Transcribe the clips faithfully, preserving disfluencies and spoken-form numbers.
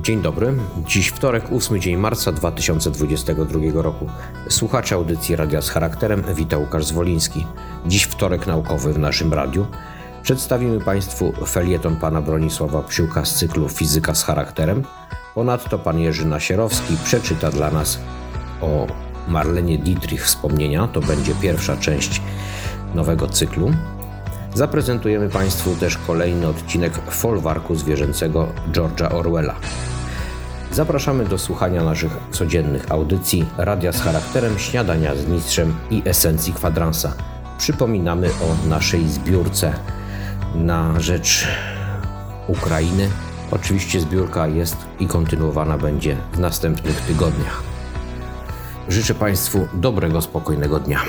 Dzień dobry. Dziś wtorek, ósmy dzień marca dwa tysiące dwudziestego drugiego roku. Słuchacze audycji Radia z Charakterem, wita Łukasz Zwoliński. Dziś wtorek naukowy w naszym radiu. Przedstawimy Państwu felieton pana Bronisława Psiuka z cyklu Fizyka z charakterem. Ponadto pan Jerzy Nasierowski przeczyta dla nas o Marlenie Dietrich wspomnienia. To będzie pierwsza część nowego cyklu. Zaprezentujemy Państwu też kolejny odcinek folwarku zwierzęcego George'a Orwella. Zapraszamy do słuchania naszych codziennych audycji Radia z Charakterem, Śniadania z Mistrzem i Esencji Kwadransa. Przypominamy o naszej zbiórce na rzecz Ukrainy. Oczywiście zbiórka jest i kontynuowana będzie w następnych tygodniach. Życzę Państwu dobrego, spokojnego dnia.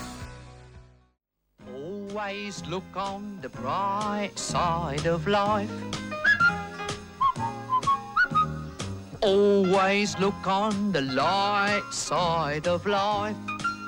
Always look on the bright side of life. Always look on the light side of life.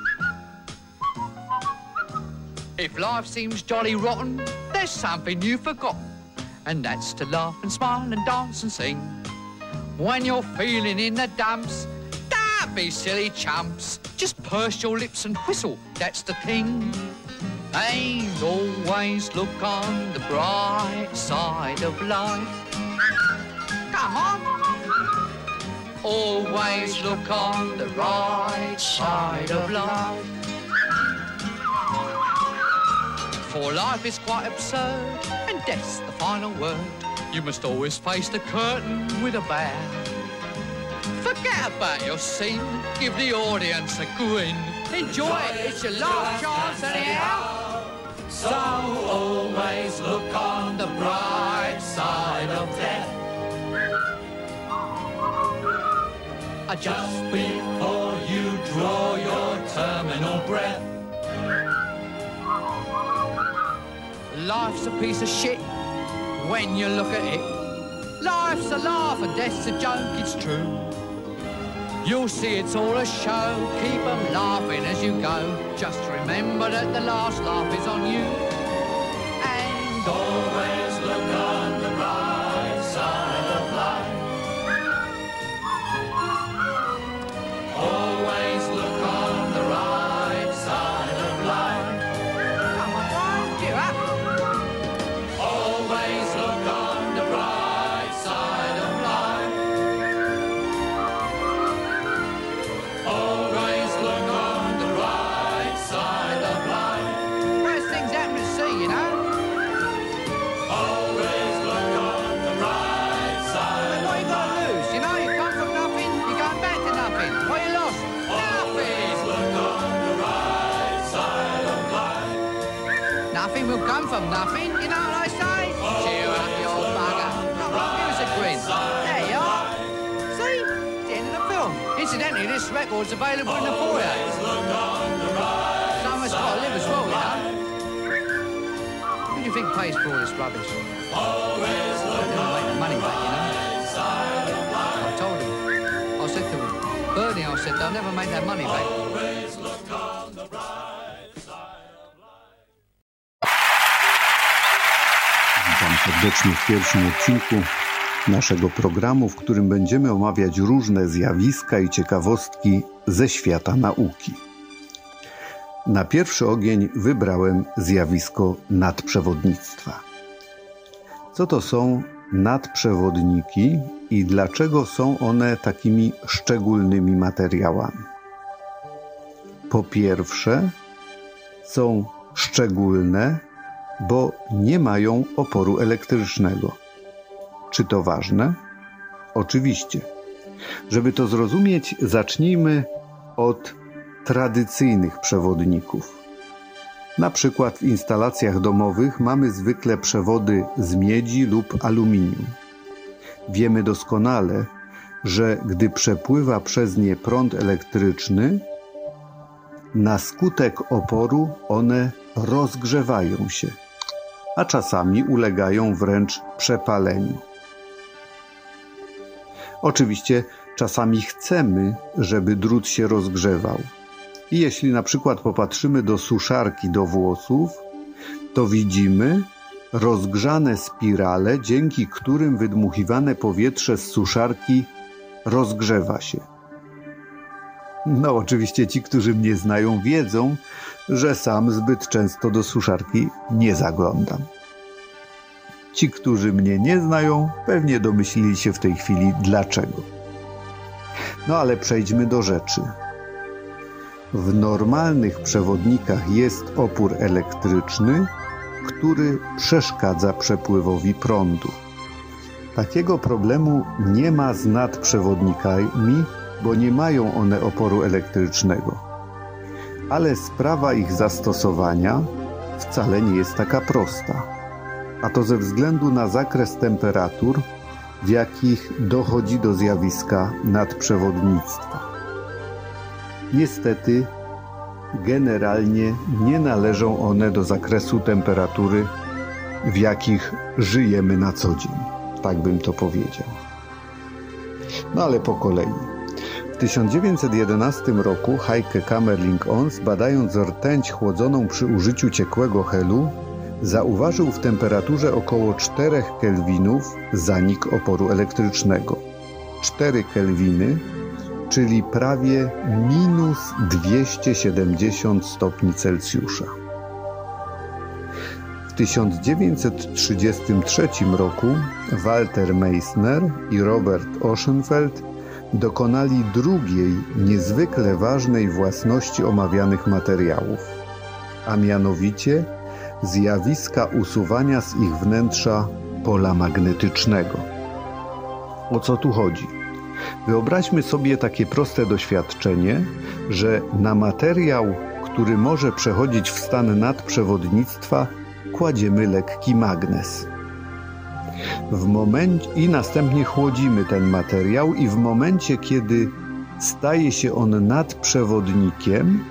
If life seems jolly rotten, there's something you've forgotten, and that's to laugh and smile and dance and sing. When you're feeling in the dumps, don't be silly chumps. Just purse your lips and whistle, that's the thing. And always look on the bright side of life. Come on! Always look on the right side of life. For life is quite absurd, and death's the final word. You must always face the curtain with a bow. Forget about your scene, give the audience a grin. Enjoy it, it's your last chance anyhow. So always look on the bright side of death. Just before you draw your terminal breath. Life's a piece of shit when you look at it. Life's a laugh and death's a joke, it's true. You'll see it's all a show, keep 'em laughing as you go. Just remember that the last laugh is on you. And always look on the bright side of life. Always look on the right side of life. Come on, Brian, cheer up. Always look on the right side of life. Always look on the right side of life. First things happen to see, you know. Always look on the right side. What you got to lose? You know, you come from nothing, you're going back to nothing. What you lost? Nothing. Look on the right side of life. Nothing will come from nothing, you know what I say? Cheer up, you old bugger. Come on, give us a grin. There you are. See? It's the end of the film. Incidentally, this record's available in the foyer. Someone's got to live as well, you know. Who do you think pays for all this rubbish? Always look on make the money back, you know. I told him. I said to him, Bernie, I said, they'll never make that money back. Witam serdecznie w pierwszym odcinku naszego programu, w którym będziemy omawiać różne zjawiska i ciekawostki ze świata nauki. Na pierwszy ogień wybrałem zjawisko nadprzewodnictwa. Co to są nadprzewodniki i dlaczego są one takimi szczególnymi materiałami? Po pierwsze, są szczególne, bo nie mają oporu elektrycznego. Czy to ważne? Oczywiście. Żeby to zrozumieć, zacznijmy od tradycyjnych przewodników. Na przykład w instalacjach domowych mamy zwykle przewody z miedzi lub aluminium. Wiemy doskonale, że gdy przepływa przez nie prąd elektryczny, na skutek oporu one rozgrzewają się, a czasami ulegają wręcz przepaleniu. Oczywiście czasami chcemy, żeby drut się rozgrzewał. I jeśli na przykład popatrzymy do suszarki do włosów, to widzimy, rozgrzane spirale, dzięki którym wydmuchiwane powietrze z suszarki rozgrzewa się. No, oczywiście ci, którzy mnie znają, wiedzą, że sam zbyt często do suszarki nie zaglądam. Ci, którzy mnie nie znają, pewnie domyślili się w tej chwili dlaczego. No ale przejdźmy do rzeczy. W normalnych przewodnikach jest opór elektryczny, który przeszkadza przepływowi prądu. Takiego problemu nie ma z nadprzewodnikami, bo nie mają one oporu elektrycznego. Ale sprawa ich zastosowania wcale nie jest taka prosta. A to ze względu na zakres temperatur, w jakich dochodzi do zjawiska nadprzewodnictwa. Niestety, generalnie nie należą one do zakresu temperatury, w jakich żyjemy na co dzień. Tak bym to powiedział. No ale po kolei. W tysiąc dziewięćset jedenastym roku Heike Kamerlingh-Onnes, badając rtęć chłodzoną przy użyciu ciekłego helu, zauważył w temperaturze około czterech kelwinów zanik oporu elektrycznego. cztery kelwiny, czyli prawie minus dwieście siedemdziesiąt stopni Celsjusza. W tysiąc dziewięćset trzydziestym trzecim roku Walter Meissner i Robert Oschenfeld dokonali drugiej, niezwykle ważnej własności omawianych materiałów, a mianowicie zjawiska usuwania z ich wnętrza pola magnetycznego. O co tu chodzi? Wyobraźmy sobie takie proste doświadczenie, że na materiał, który może przechodzić w stan nadprzewodnictwa, kładziemy lekki magnes. W momencie i następnie chłodzimy ten materiał i w momencie, kiedy staje się on nadprzewodnikiem,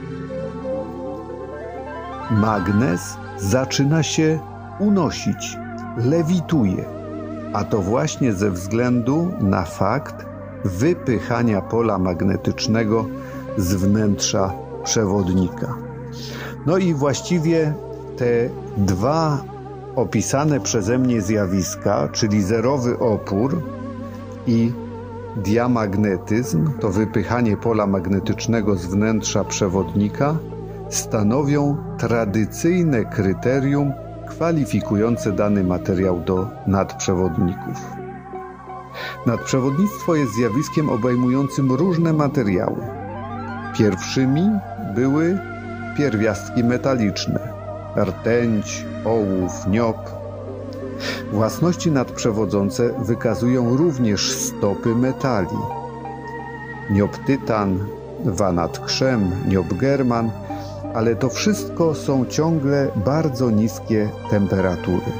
magnes zaczyna się unosić, lewituje, a to właśnie ze względu na fakt wypychania pola magnetycznego z wnętrza przewodnika. No i właściwie te dwa opisane przeze mnie zjawiska, czyli zerowy opór i diamagnetyzm, to wypychanie pola magnetycznego z wnętrza przewodnika, stanowią tradycyjne kryterium kwalifikujące dany materiał do nadprzewodników. Nadprzewodnictwo jest zjawiskiem obejmującym różne materiały. Pierwszymi były pierwiastki metaliczne, rtęć, ołów, niob. Własności nadprzewodzące wykazują również stopy metali. Niob tytan, wanat krzem, niob german, ale to wszystko są ciągle bardzo niskie temperatury.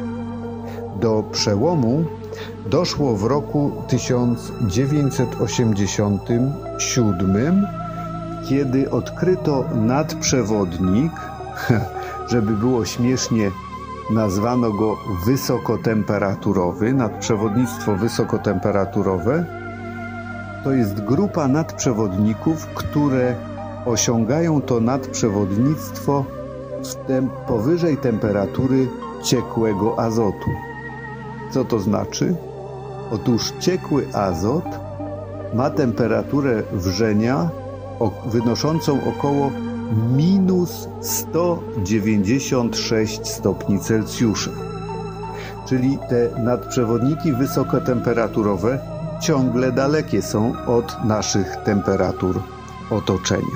Do przełomu doszło w roku tysiąc dziewięćset osiemdziesiątym siódmym, kiedy odkryto nadprzewodnik, żeby było śmiesznie, nazwano go wysokotemperaturowy, nadprzewodnictwo wysokotemperaturowe. To jest grupa nadprzewodników, które osiągają to nadprzewodnictwo w tem- powyżej temperatury ciekłego azotu. Co to znaczy? Otóż ciekły azot ma temperaturę wrzenia wynoszącą około minus sto dziewięćdziesiąt sześć stopni Celsjusza. Czyli te nadprzewodniki wysokotemperaturowe ciągle dalekie są od naszych temperatur otoczenia.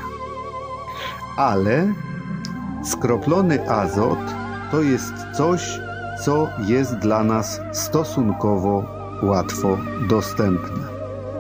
Ale skroplony azot to jest coś, co jest dla nas stosunkowo łatwo dostępne.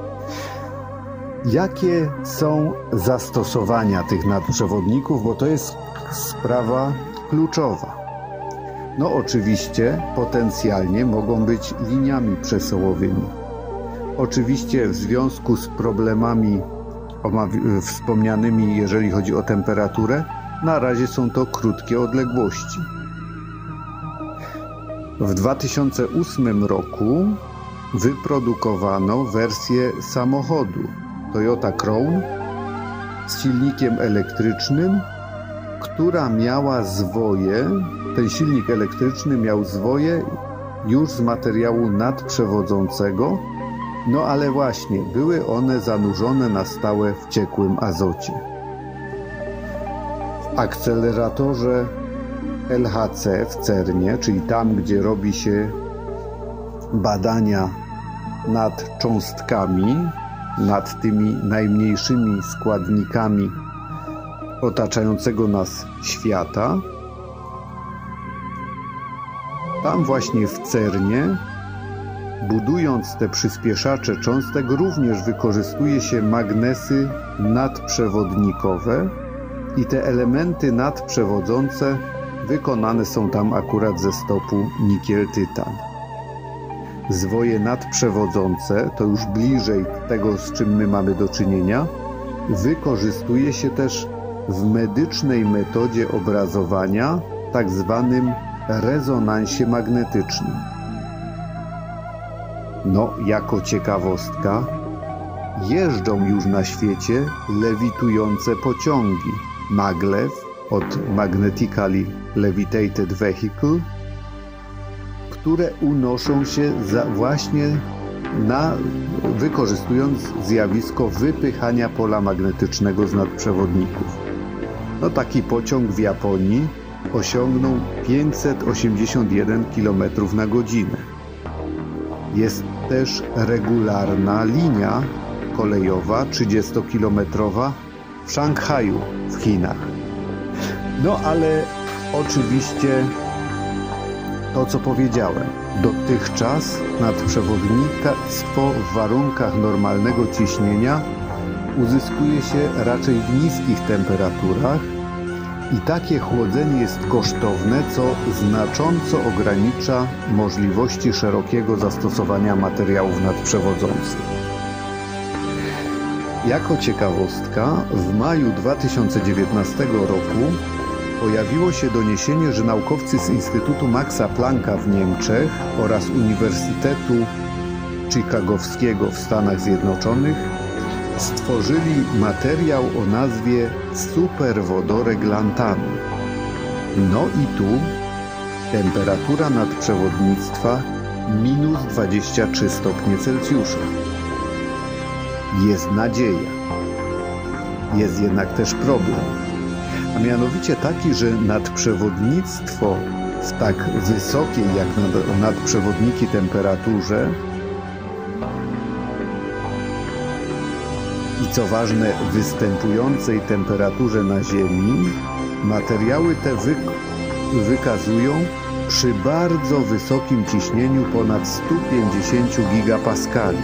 Jakie są zastosowania tych nadprzewodników, bo to jest sprawa kluczowa. No oczywiście potencjalnie mogą być liniami przesyłowymi. Oczywiście w związku z problemami wspomnianymi, jeżeli chodzi o temperaturę, na razie są to krótkie odległości. W dwa tysiące ósmym roku wyprodukowano wersję samochodu Toyota Crown z silnikiem elektrycznym, która miała zwoje ten silnik elektryczny miał zwoje już z materiału nadprzewodzącego, no ale właśnie były one zanurzone na stałe w ciekłym azocie. W akceleratorze L H C w CERNie, czyli tam, gdzie robi się badania nad cząstkami, nad tymi najmniejszymi składnikami otaczającego nas świata, tam właśnie w CERNie, budując te przyspieszacze cząstek, również wykorzystuje się magnesy nadprzewodnikowe i te elementy nadprzewodzące wykonane są tam akurat ze stopu nikiel-tytan. Zwoje nadprzewodzące, to już bliżej tego, z czym my mamy do czynienia, wykorzystuje się też w medycznej metodzie obrazowania, tak zwanym rezonansie magnetycznym. No, jako ciekawostka, jeżdżą już na świecie lewitujące pociągi maglev od Magnetically Levitated Vehicle, które unoszą się za właśnie na, wykorzystując zjawisko wypychania pola magnetycznego z nadprzewodników. No, taki pociąg w Japonii osiągnął pięćset osiemdziesiąt jeden kilometrów na godzinę. Jest też regularna linia kolejowa trzydziestokilometrowa w Szanghaju w Chinach. No ale oczywiście to, co powiedziałem, dotychczas nadprzewodnictwo w warunkach normalnego ciśnienia uzyskuje się raczej w niskich temperaturach i takie chłodzenie jest kosztowne, co znacząco ogranicza możliwości szerokiego zastosowania materiałów nadprzewodzących. Jako ciekawostka, w maju dwa tysiące dziewiętnastego roku pojawiło się doniesienie, że naukowcy z Instytutu Maxa Plancka w Niemczech oraz Uniwersytetu Chicagowskiego w Stanach Zjednoczonych stworzyli materiał o nazwie superwodorek lantanu. No i tu temperatura nadprzewodnictwa minus dwadzieścia trzy stopnie Celsjusza. Jest nadzieja. Jest jednak też problem. A mianowicie taki, że nadprzewodnictwo w tak wysokiej jak nadprzewodniki temperaturze i co ważne występującej temperaturze na Ziemi, materiały te wy wykazują przy bardzo wysokim ciśnieniu ponad stu pięćdziesięciu gigapaskali,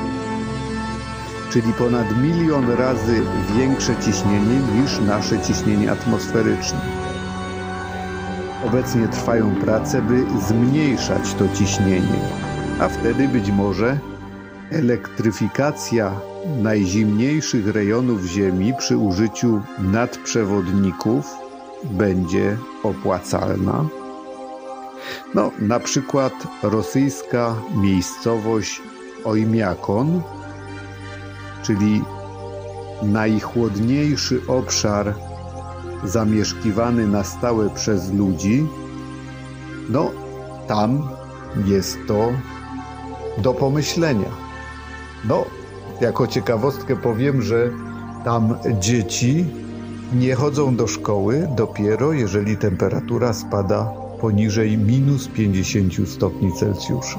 czyli ponad milion razy większe ciśnienie niż nasze ciśnienie atmosferyczne. Obecnie trwają prace, by zmniejszać to ciśnienie, a wtedy być może elektryfikacja najzimniejszych rejonów Ziemi przy użyciu nadprzewodników będzie opłacalna. No, na przykład rosyjska miejscowość Ojmiakon, czyli najchłodniejszy obszar zamieszkiwany na stałe przez ludzi, no tam jest to do pomyślenia. No, jako ciekawostkę powiem, że tam dzieci nie chodzą do szkoły dopiero jeżeli temperatura spada poniżej minus pięćdziesięciu stopni Celsjusza.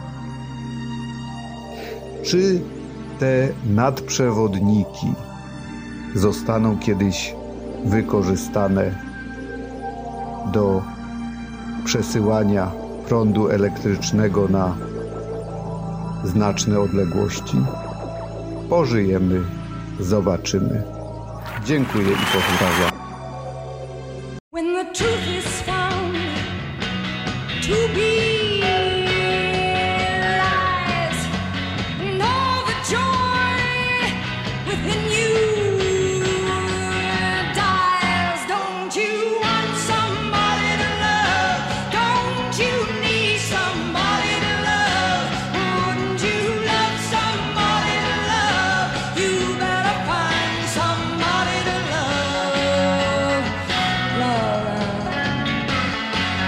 Czy te nadprzewodniki zostaną kiedyś wykorzystane do przesyłania prądu elektrycznego na znaczne odległości? Pożyjemy, zobaczymy. Dziękuję i pozdrawiam. When the truth is found to be lies, and all the joy within you dies. Don't you want somebody to love? Don't you need somebody to love? Wouldn't you love somebody to love? You better find somebody to love. Love.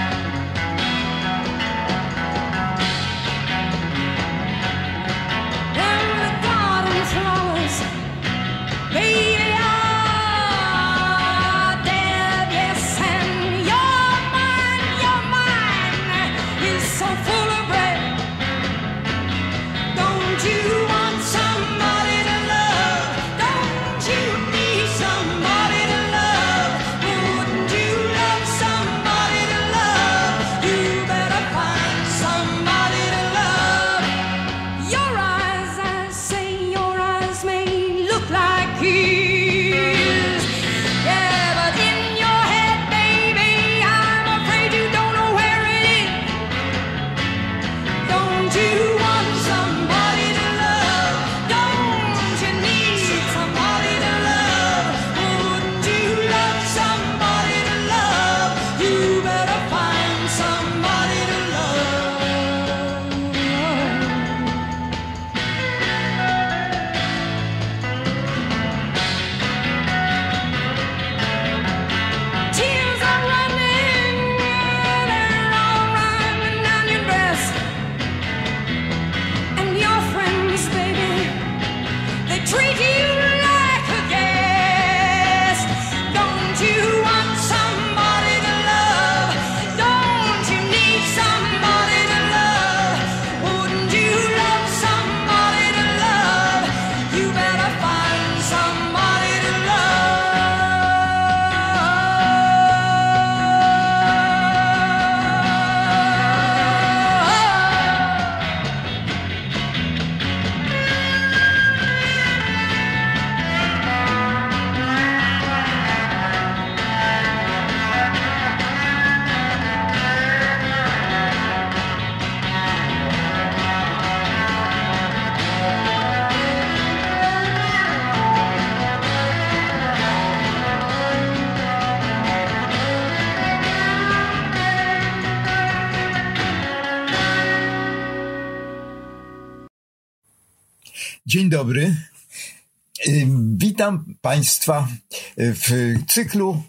Dzień dobry. Y, Witam Państwa w cyklu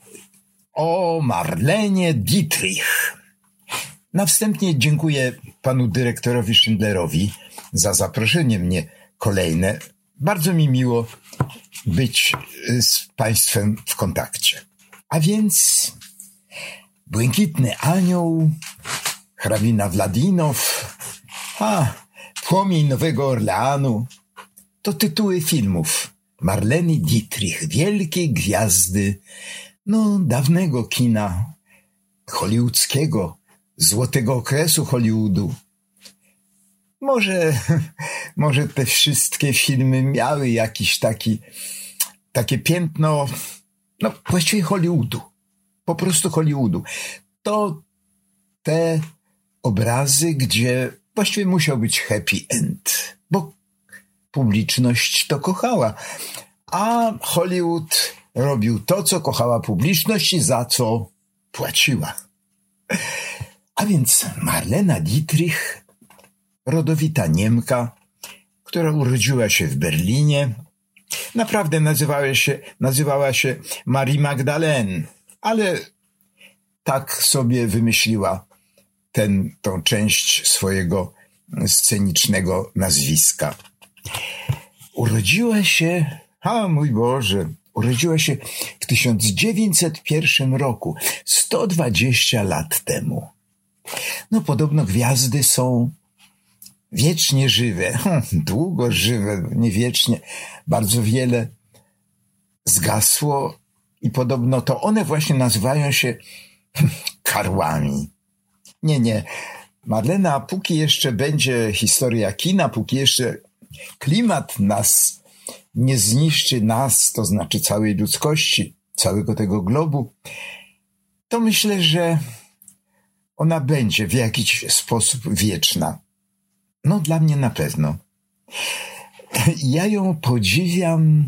o Marlenie Dietrich. Na wstępie dziękuję panu dyrektorowi Schindlerowi za zaproszenie mnie kolejne. Bardzo mi miło być z Państwem w kontakcie. A więc Błękitny Anioł, hrabina Wladinow, a Płomień Nowego Orleanu to tytuły filmów Marleny Dietrich, wielkiej gwiazdy, no dawnego kina hollywoodzkiego, złotego okresu Hollywoodu. Może, może te wszystkie filmy miały jakiś taki, takie piętno, no właściwie Hollywoodu, po prostu Hollywoodu. To te obrazy, gdzie właściwie musiał być happy end, bo publiczność to kochała, a Hollywood robił to, co kochała publiczność i za co płaciła. A więc Marlena Dietrich, rodowita Niemka, która urodziła się w Berlinie, naprawdę nazywała się, nazywała się Marie Magdalene, ale tak sobie wymyśliła ten, tą część swojego scenicznego nazwiska. Urodziła się, a mój Boże, urodziła się w tysiąc dziewięćset pierwszym roku, sto dwadzieścia lat temu. No podobno gwiazdy są wiecznie żywe, długo żywe, nie wiecznie. Bardzo wiele zgasło i podobno to one właśnie nazywają się karłami. Nie, nie. Marlena, póki jeszcze będzie historia kina, póki jeszcze klimat nas nie zniszczy, nas, to znaczy całej ludzkości, całego tego globu, to myślę, że ona będzie w jakiś sposób wieczna. No dla mnie na pewno. Ja ją podziwiam,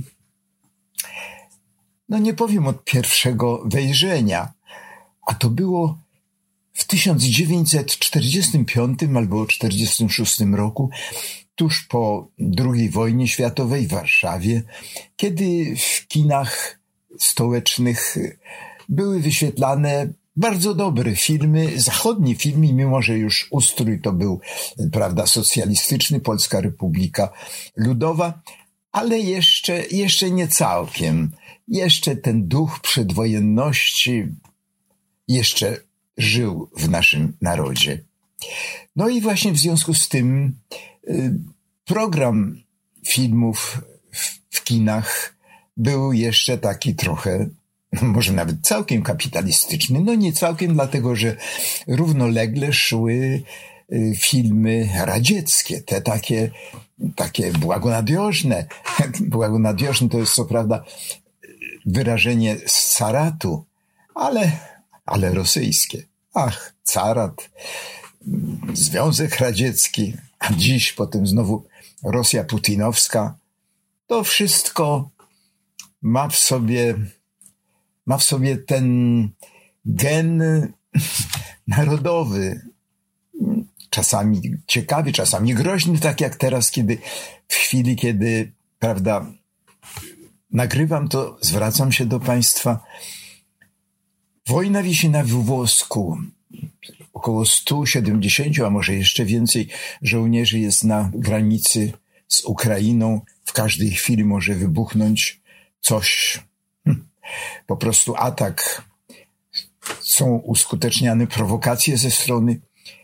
no nie powiem od pierwszego wejrzenia, a to było w tysiąc dziewięćset czterdziestym piątym albo czterdziestym szóstym roku, tuż po drugiej wojnie światowej w Warszawie, kiedy w kinach stołecznych były wyświetlane bardzo dobre filmy, zachodnie filmy, mimo że już ustrój to był, prawda, socjalistyczny, Polska Republika Ludowa, ale jeszcze, jeszcze nie całkiem. Jeszcze ten duch przedwojenności jeszcze żył w naszym narodzie. No i właśnie w związku z tym y, program filmów w, w kinach był jeszcze taki trochę, może nawet całkiem kapitalistyczny. No nie całkiem, dlatego że równolegle szły y, filmy radzieckie, te takie, takie błagonadiożne. Błagonadiożne to jest co prawda wyrażenie z caratu, ale, ale rosyjskie. Ach, carat, Związek Radziecki, a dziś potem znowu Rosja putinowska. To wszystko ma w sobie, ma w sobie ten gen narodowy. Czasami ciekawy, czasami groźny, tak jak teraz, kiedy w chwili, kiedy, prawda, nagrywam to, zwracam się do Państwa. Wojna wisi na włosku. Około sto siedemdziesiąt, a może jeszcze więcej żołnierzy jest na granicy z Ukrainą. W każdej chwili może wybuchnąć coś. Po prostu atak. Są uskuteczniane prowokacje ze strony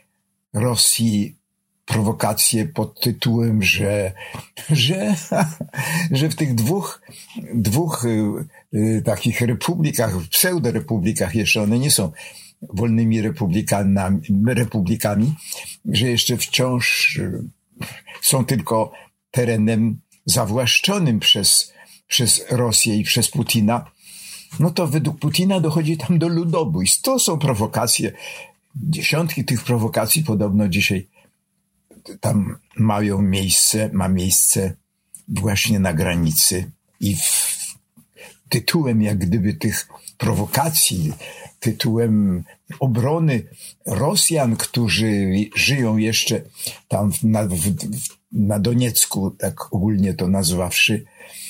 Rosji. Prowokacje pod tytułem, że, że, że w tych dwóch, dwóch y, y, takich republikach, pseudorepublikach, jeszcze one nie są wolnymi republikanami, republikami, że jeszcze wciąż y, są tylko terenem zawłaszczonym przez, przez Rosję i przez Putina. No to według Putina dochodzi tam do ludobójstw. To są prowokacje. Dziesiątki tych prowokacji podobno dzisiaj tam mają miejsce, ma miejsce właśnie na granicy i w, tytułem jak gdyby tych prowokacji, tytułem obrony Rosjan, którzy żyją jeszcze tam na, w, na Doniecku, tak ogólnie to nazwawszy.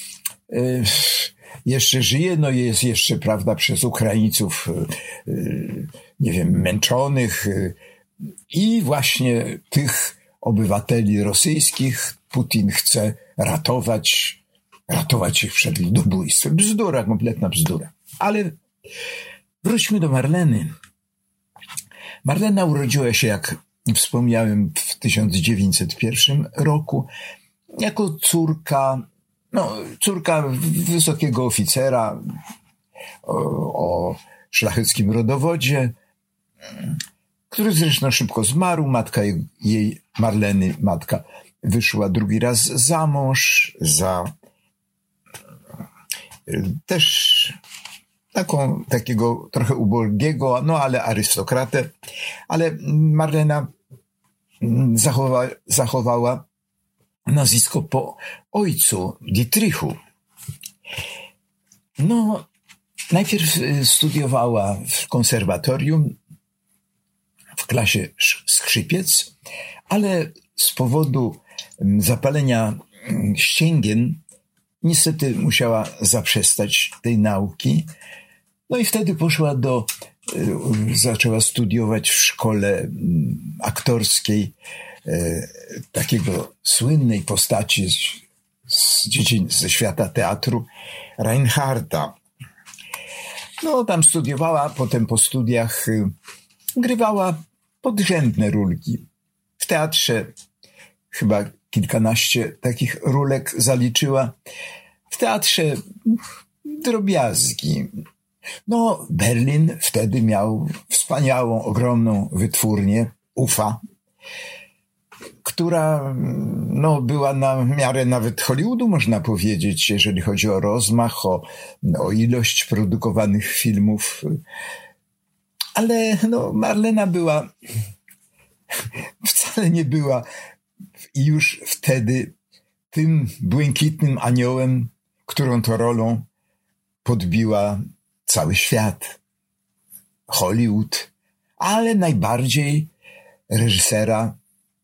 Jeszcze żyje, no jest jeszcze, prawda, przez Ukraińców, nie wiem, męczonych i właśnie tych obywateli rosyjskich Putin chce ratować, ratować ich przed ludobójstwem. Bzdura, kompletna bzdura. Ale wróćmy do Marleny. Marlena urodziła się, jak wspomniałem, w tysiąc dziewięćset pierwszym roku jako córka, no, córka wysokiego oficera o, o szlacheckim rodowodzie, który zresztą szybko zmarł. Matka jej, Marleny, matka, wyszła drugi raz za mąż, za też taką, takiego trochę ubogiego, no ale arystokratę. Ale Marlena zachowa, zachowała nazwisko po ojcu, Dietrichu. No, najpierw studiowała w konserwatorium w klasie skrzypiec, ale z powodu zapalenia ścięgien niestety musiała zaprzestać tej nauki. No i wtedy poszła do, zaczęła studiować w szkole aktorskiej takiego słynnej postaci z, z dziedzin, ze świata teatru, Reinharta. No tam studiowała, potem po studiach grywała podrzędne rólki. W teatrze chyba kilkanaście takich rólek zaliczyła. W teatrze drobiazgi. No, Berlin wtedy miał wspaniałą, ogromną wytwórnię U F A, która no, była na miarę nawet Hollywoodu, można powiedzieć, jeżeli chodzi o rozmach, o, o ilość produkowanych filmów. Ale no, Marlena była, wcale nie była i już wtedy tym błękitnym aniołem, którą to rolą podbiła cały świat. Hollywood, ale najbardziej reżysera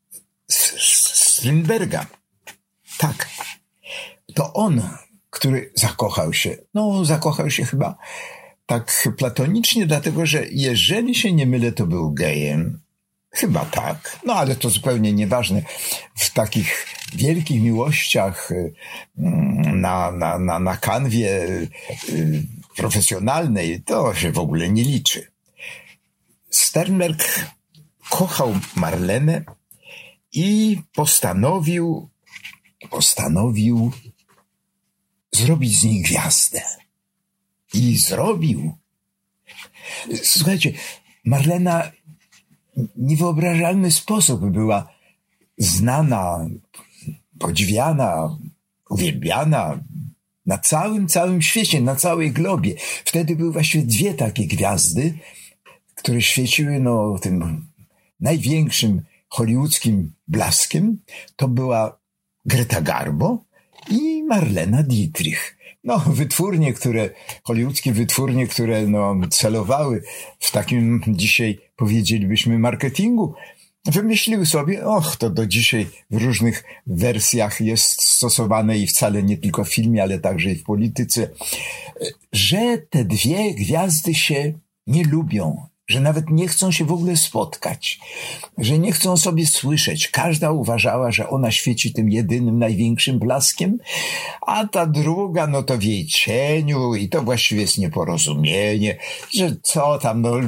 Strindberga. Tak. To on, który zakochał się. No, zakochał się chyba tak platonicznie, dlatego że jeżeli się nie mylę, to był gejem. Chyba tak. No, ale to zupełnie nieważne. W takich wielkich miłościach na, na, na, na kanwie profesjonalnej to się w ogóle nie liczy. Sternberg kochał Marlenę i postanowił, postanowił zrobić z niej gwiazdę. I zrobił. Słuchajcie, Marlena w niewyobrażalny sposób była znana, podziwiana, uwielbiana na całym, całym świecie, na całej globie. Wtedy były właściwie dwie takie gwiazdy, które świeciły no, tym największym hollywoodzkim blaskiem. To była Greta Garbo i Marlena Dietrich. No, wytwórnie, które, hollywoodzkie wytwórnie, które no, celowały w takim dzisiaj, powiedzielibyśmy, marketingu, wymyśliły sobie, och, to do dzisiaj w różnych wersjach jest stosowane i wcale nie tylko w filmie, ale także i w polityce, że te dwie gwiazdy się nie lubią, że nawet nie chcą się w ogóle spotkać, że nie chcą sobie słyszeć. Każda uważała, że ona świeci tym jedynym, największym blaskiem, a ta druga, no to w jej cieniu i to właściwie jest nieporozumienie, że co tam, no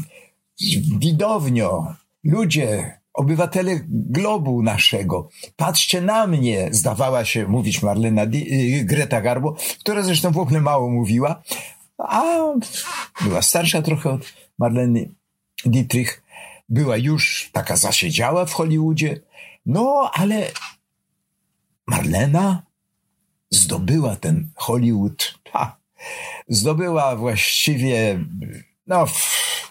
widownio, ludzie, obywatele globu naszego, patrzcie na mnie, zdawała się mówić Marlena Di- Greta Garbo, która zresztą w ogóle mało mówiła, a była starsza trochę od Marleny Dietrich, była już taka zasiedziała w Hollywoodzie, no ale Marlena zdobyła ten Hollywood, ha, zdobyła właściwie no w,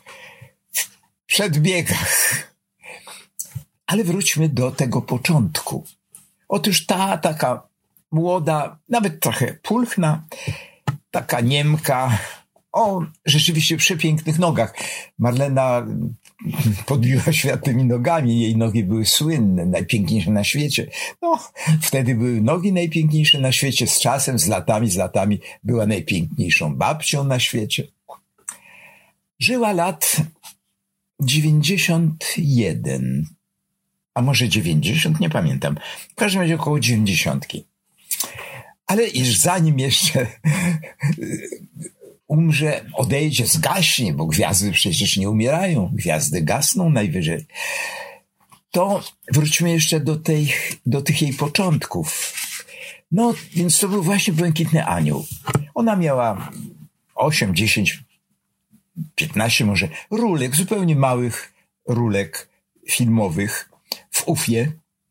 w przedbiegach. Ale wróćmy do tego początku. Otóż ta taka młoda, nawet trochę pulchna, taka Niemka, o rzeczywiście przepięknych nogach. Marlena podbiła świat tymi nogami. Jej nogi były słynne, najpiękniejsze na świecie. No, wtedy były nogi najpiękniejsze na świecie. Z czasem, z latami, z latami była najpiękniejszą babcią na świecie. Żyła lat dziewięćdziesiąt jeden, a może dziewięćdziesiąt, nie pamiętam. W każdym razie około dziewięćdziesiątki. Ale iż zanim jeszcze umrze, odejdzie, zgaśnie, bo gwiazdy przecież nie umierają, gwiazdy gasną najwyżej, to wróćmy jeszcze do, tej, do tych jej początków. No, więc to był właśnie Błękitny Anioł. Ona miała osiem, dziesięć, piętnaście może rulek, zupełnie małych rulek filmowych w ufie,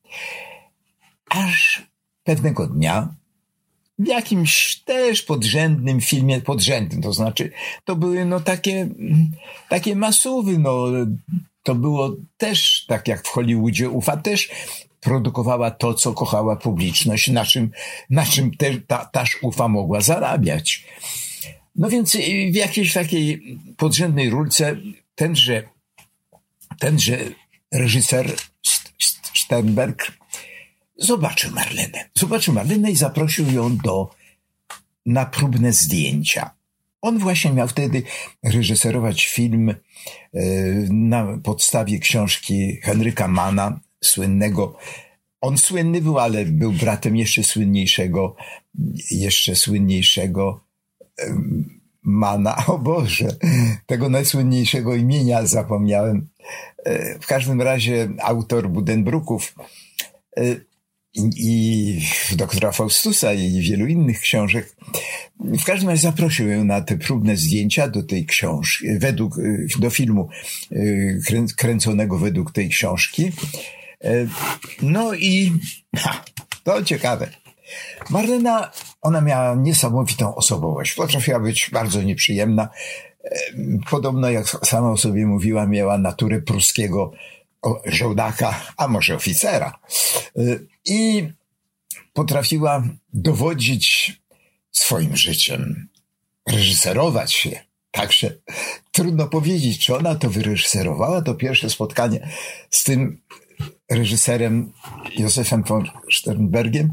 aż pewnego dnia w jakimś też podrzędnym filmie, podrzędnym, to znaczy to były no takie, takie masówy, no to było też tak jak w Hollywoodzie, ufa też produkowała to, co kochała publiczność, na czym, na czym te, ta, taż ufa mogła zarabiać. No więc w jakiejś takiej podrzędnej rulce tenże, tenże reżyser Sternberg zobaczył Marlenę. Zobaczył Marlenę i zaprosił ją do, na próbne zdjęcia. On właśnie miał wtedy reżyserować film y, na podstawie książki Henryka Manna, słynnego. On słynny był, ale był bratem jeszcze słynniejszego, jeszcze słynniejszego y, Manna. O Boże, tego najsłynniejszego imienia zapomniałem. Y, w każdym razie autor Buddenbrooków y, i doktora Faustusa i wielu innych książek. W każdym razie zaprosił ją na te próbne zdjęcia do tej książki, według, do filmu krę, kręconego według tej książki. No i ha, to ciekawe. Marlena, ona miała niesamowitą osobowość. Potrafiła być bardzo nieprzyjemna. Podobno, jak sama o sobie mówiła, miała naturę pruskiego żołdaka, a może oficera. I potrafiła dowodzić swoim życiem, reżyserować się. Także trudno powiedzieć, czy ona to wyreżyserowała, to pierwsze spotkanie z tym reżyserem Józefem von Sternbergiem,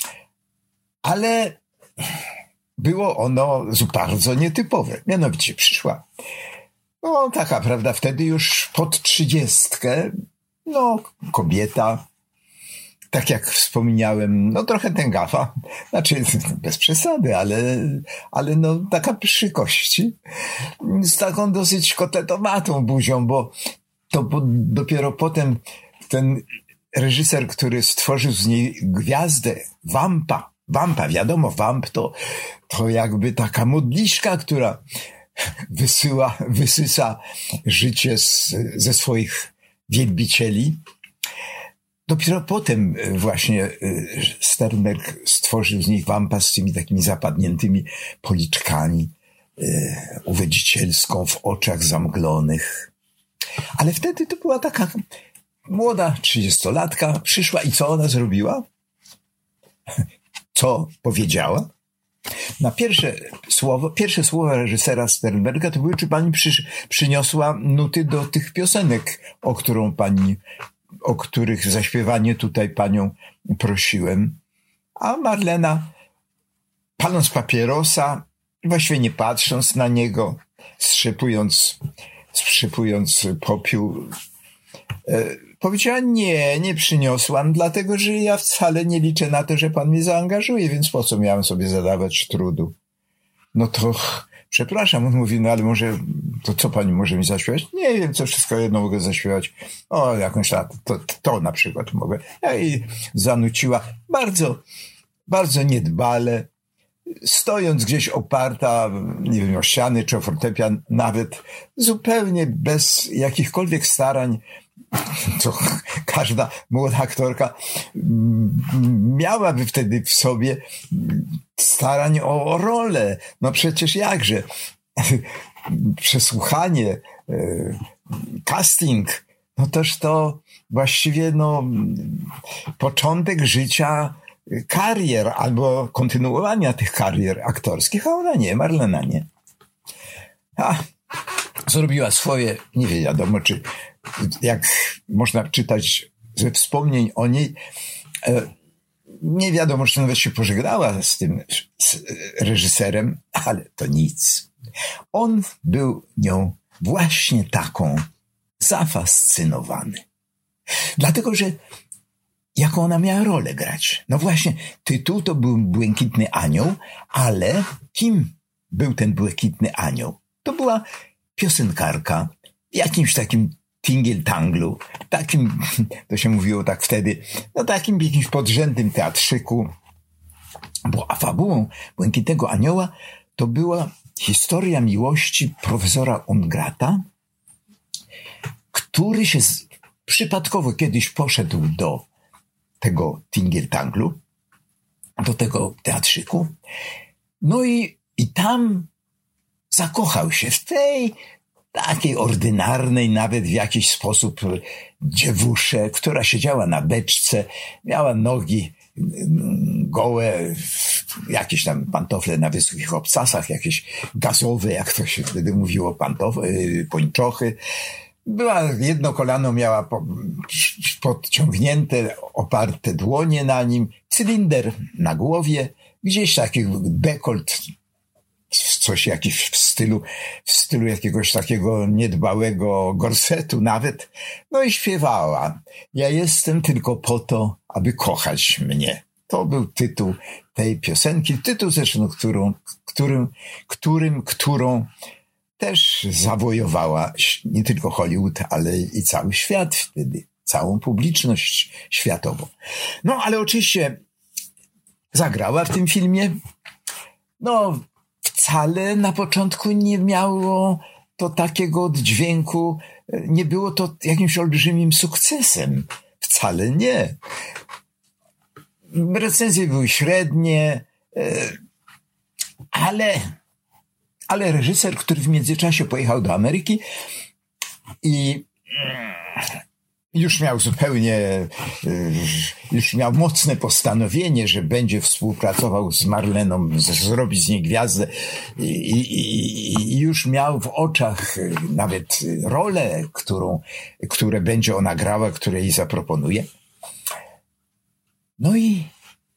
ale było ono bardzo nietypowe. Mianowicie przyszła, no taka, prawda, wtedy już pod trzydziestkę, no kobieta, tak jak wspomniałem, no trochę tęgawa, znaczy bez przesady, ale, ale no taka przy kości, z taką dosyć kotletowatą buzią, bo to bo dopiero potem ten reżyser, który stworzył z niej gwiazdę, Wampa, Wampa, wiadomo, Wamp to, to jakby taka modliszka, która wysyła, wysysa życie z, ze swoich wielbicieli. Dopiero potem właśnie Sternberg stworzył z nich Wampa z tymi takimi zapadniętymi policzkami, uwodzicielską w oczach zamglonych. Ale wtedy to była taka młoda trzydziestolatka, przyszła i co ona zrobiła? Co powiedziała? Na pierwsze słowo, pierwsze słowa reżysera Sternberga to były, czy pani przy, przyniosła nuty do tych piosenek, o którą pani, o których zaśpiewanie tutaj panią prosiłem. A Marlena, paląc papierosa, właściwie nie patrząc na niego, strzypując, strzypując popiół, e, powiedziała, nie, nie przyniosłam, dlatego że ja wcale nie liczę na to, że pan mnie zaangażuje, więc po co miałem sobie zadawać trudu? No to przepraszam, on mówi, no ale może, to co pani może mi zaśpiewać? Nie wiem, co wszystko jedno mogę zaśpiewać. O, jakąś lat, to, to na przykład mogę. Ja jej zanuciła bardzo, bardzo niedbale, stojąc gdzieś oparta, nie wiem, o ściany czy o fortepian, nawet zupełnie bez jakichkolwiek starań, co każda młoda aktorka miałaby wtedy w sobie starań o rolę. No przecież jakże. Przesłuchanie, casting, no toż to właściwie no początek życia karier albo kontynuowania tych karier aktorskich, a ona nie, Marlena nie. A, zrobiła swoje, nie wiadomo, czy jak można czytać ze wspomnień o niej, e, nie wiadomo, czy nawet się pożegnała z tym z reżyserem, ale to nic. On był nią właśnie taką zafascynowany. Dlatego, że jaką ona miała rolę grać? No właśnie, tytuł to był Błękitny Anioł, ale kim był ten Błękitny Anioł? To była piosenkarka w jakimś takim tingiel-tanglu, takim, to się mówiło tak wtedy, no takim jakimś podrzędnym teatrzyku. Bo a fabułą Błękitnego Anioła to była historia miłości profesora Ungrata, który się z, przypadkowo kiedyś poszedł do tego tingiel-tanglu, do tego teatrzyku, no i, i tam zakochał się w tej takiej ordynarnej, nawet w jakiś sposób dziewusze, która siedziała na beczce, miała nogi gołe, jakieś tam pantofle na wysokich obcasach, jakieś gazowe, jak to się wtedy mówiło, pantofle, pończochy. Była, jedno kolano miała po, podciągnięte, oparte dłonie na nim, cylinder na głowie, gdzieś taki dekolt, coś jakiś w stylu, w stylu jakiegoś takiego niedbałego gorsetu nawet. No i śpiewała. Ja jestem tylko po to, aby kochać mnie. To był tytuł tej piosenki. Tytuł zresztą, którą, którym, którym, którą też zawojowała nie tylko Hollywood, ale i cały świat wtedy. Całą publiczność światową. No, ale oczywiście zagrała w tym filmie. No, wcale na początku nie miało to takiego oddźwięku, nie było to jakimś olbrzymim sukcesem. Wcale nie. Recenzje były średnie, ale, ale reżyser, który w międzyczasie pojechał do Ameryki i już miał zupełnie, już miał mocne postanowienie, że będzie współpracował z Marleną, zrobić z niej gwiazdę i, i, i już miał w oczach nawet rolę, którą, które będzie ona grała, które jej zaproponuje. No i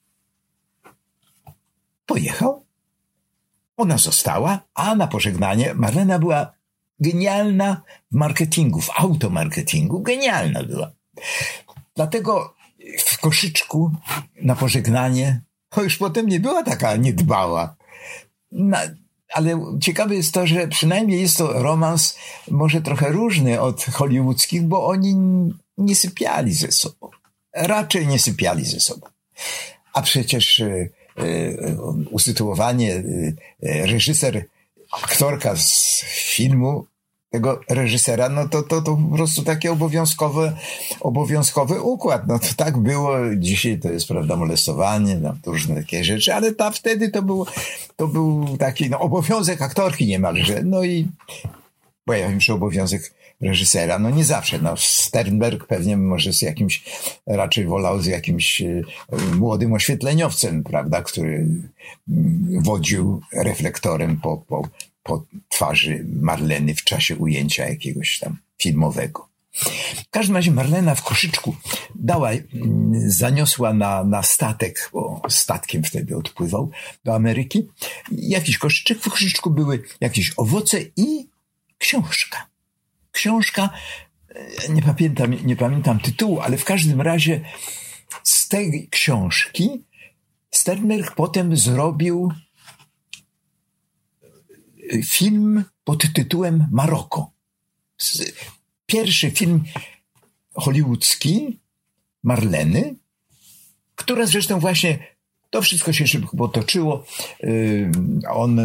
pojechał. Ona została, a na pożegnanie Marlena była genialna w marketingu, w automarketingu. Genialna była. Dlatego w koszyczku na pożegnanie, to już potem nie była taka niedbała. Na, ale ciekawe jest to, że przynajmniej jest to romans może trochę różny od hollywoodzkich, bo oni nie sypiali ze sobą. Raczej nie sypiali ze sobą. A przecież y, y, usytuowanie y, reżyser, aktorka z filmu, tego reżysera, no to, to, to po prostu taki obowiązkowy, obowiązkowy układ. No to tak było. Dzisiaj to jest, prawda, molestowanie, no, to różne takie rzeczy, ale ta wtedy to był, to był taki, no, obowiązek aktorki niemalże. No i pojawił się obowiązek reżysera. No nie zawsze. No Sternberg pewnie może z jakimś, raczej wolał z jakimś y, młodym oświetleniowcem, prawda, który y, wodził reflektorem po, po, po twarzy Marleny w czasie ujęcia jakiegoś tam filmowego. W każdym razie Marlena w koszyczku dała, y, zaniosła na, na statek, bo statkiem wtedy odpływał do Ameryki, jakiś koszyczek. W koszyczku były jakieś owoce i książka. Książka, nie pamiętam, nie pamiętam tytułu, ale w każdym razie z tej książki Sternberg potem zrobił film pod tytułem Maroko. Pierwszy film hollywoodzki Marleny, która zresztą właśnie, to wszystko się szybko potoczyło. On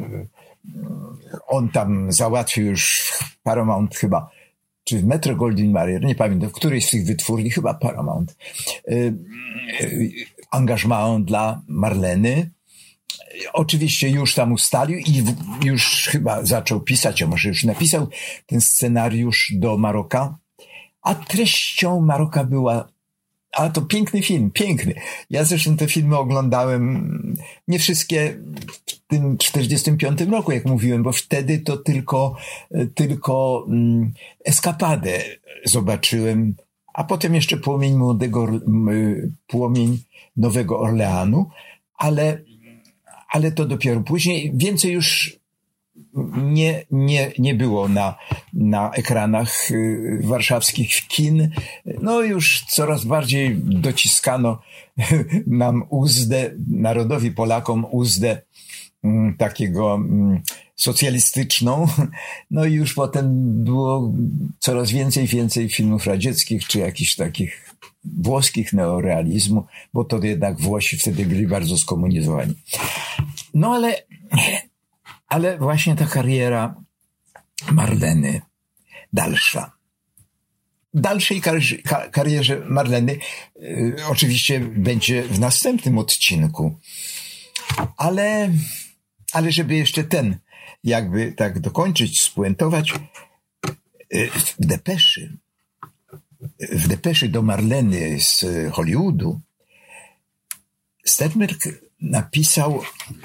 On tam załatwił już w Paramount chyba, czy w Metro Goldwyn Mayer, nie pamiętam, w którejś z tych wytwórni, chyba Paramount, yy, yy, angażment dla Marleny. Oczywiście już tam ustalił i w, już chyba zaczął pisać, a może już napisał ten scenariusz do Maroka, a treścią Maroka była A to piękny film, piękny. Ja zresztą te filmy oglądałem, nie wszystkie w tym czterdziestym piątym roku, jak mówiłem, bo wtedy to tylko, tylko um, Eskapadę zobaczyłem, a potem jeszcze Płomień Młodego, Płomień Nowego Orleanu, ale, ale to dopiero później. Więcej już nie, nie, nie było na, na ekranach y, warszawskich kin. No już coraz bardziej dociskano nam uzdę, narodowi Polakom uzdę y, takiego y, socjalistyczną. No i już potem było coraz więcej, więcej filmów radzieckich, czy jakichś takich włoskich neorealizmu, bo to jednak Włosi wtedy byli bardzo skomunizowani. No ale Ale właśnie ta kariera Marleny dalsza. W dalszej kar- karierze Marleny y, oczywiście będzie w następnym odcinku. Ale, ale żeby jeszcze ten jakby tak dokończyć, spuentować, y, w depeszy, w depeszy do Marleny z Hollywoodu Sternberg napisał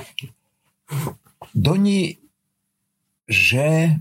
do niej, że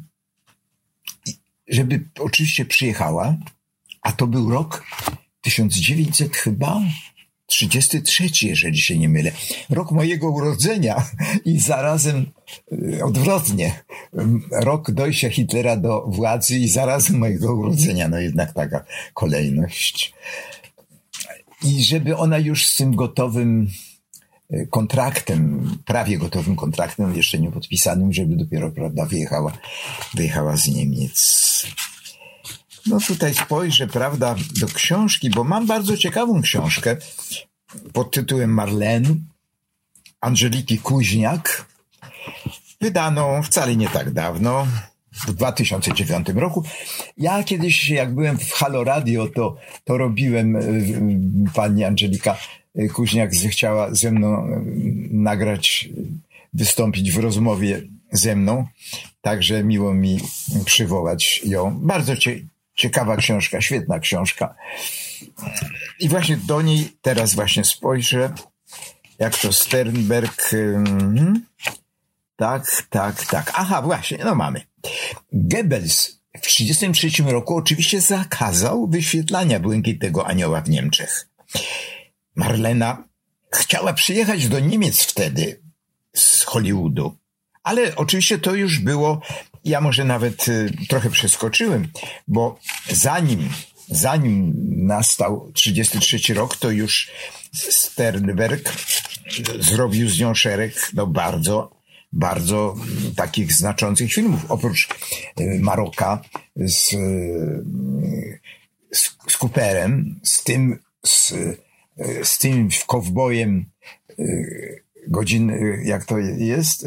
żeby oczywiście przyjechała, a to był rok tysiąc dziewięćset chyba trzydziesty trzeci, jeżeli się nie mylę. Rok mojego urodzenia i zarazem odwrotnie. Rok dojścia Hitlera do władzy i zarazem mojego urodzenia. No jednak taka kolejność. I żeby ona już z tym gotowym kontraktem, prawie gotowym kontraktem, jeszcze nie podpisanym, żeby dopiero, prawda, wyjechała, wyjechała z Niemiec. No tutaj spojrzę, prawda, do książki, bo mam bardzo ciekawą książkę pod tytułem Marlene Angeliki Kuźniak, wydaną wcale nie tak dawno, w dwa tysiące dziewiątym roku. Ja kiedyś, jak byłem w Halo Radio, to, to robiłem, pani Angelika Kuźniak chciała ze mną nagrać, wystąpić w rozmowie ze mną, także miło mi przywołać ją. Bardzo cie, ciekawa książka, świetna książka. I właśnie do niej teraz właśnie spojrzę, jak to Sternberg... Hmm, tak, tak, tak. Aha, właśnie, no mamy. Goebbels w tysiąc dziewięćset trzydziestym trzecim roku oczywiście zakazał wyświetlania Błękitnego Anioła w Niemczech. Marlena chciała przyjechać do Niemiec wtedy z Hollywoodu, ale oczywiście to już było, ja może nawet y, trochę przeskoczyłem, bo zanim, zanim nastał trzydziesty trzeci rok, to już Sternberg zrobił z nią szereg no bardzo, bardzo takich znaczących filmów. Oprócz y, Maroka z, y, z, z Cooperem, z tym z z tym kowbojem godzin, jak to jest,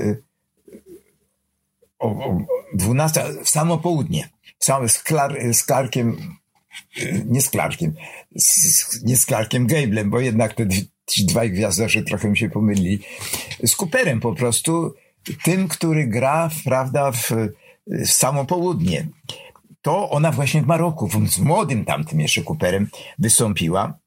o, o dwunasta, w samo południe, sam z, Clar, z Clarkiem, nie z Clarkiem, z, nie z Clarkiem Gablem, bo jednak te ci dwaj gwiazdorzy trochę mi się pomylili, z Cooperem po prostu, tym, który gra, prawda, w, w samo południe. To ona właśnie w Maroku, z młodym tamtym jeszcze Cooperem wystąpiła.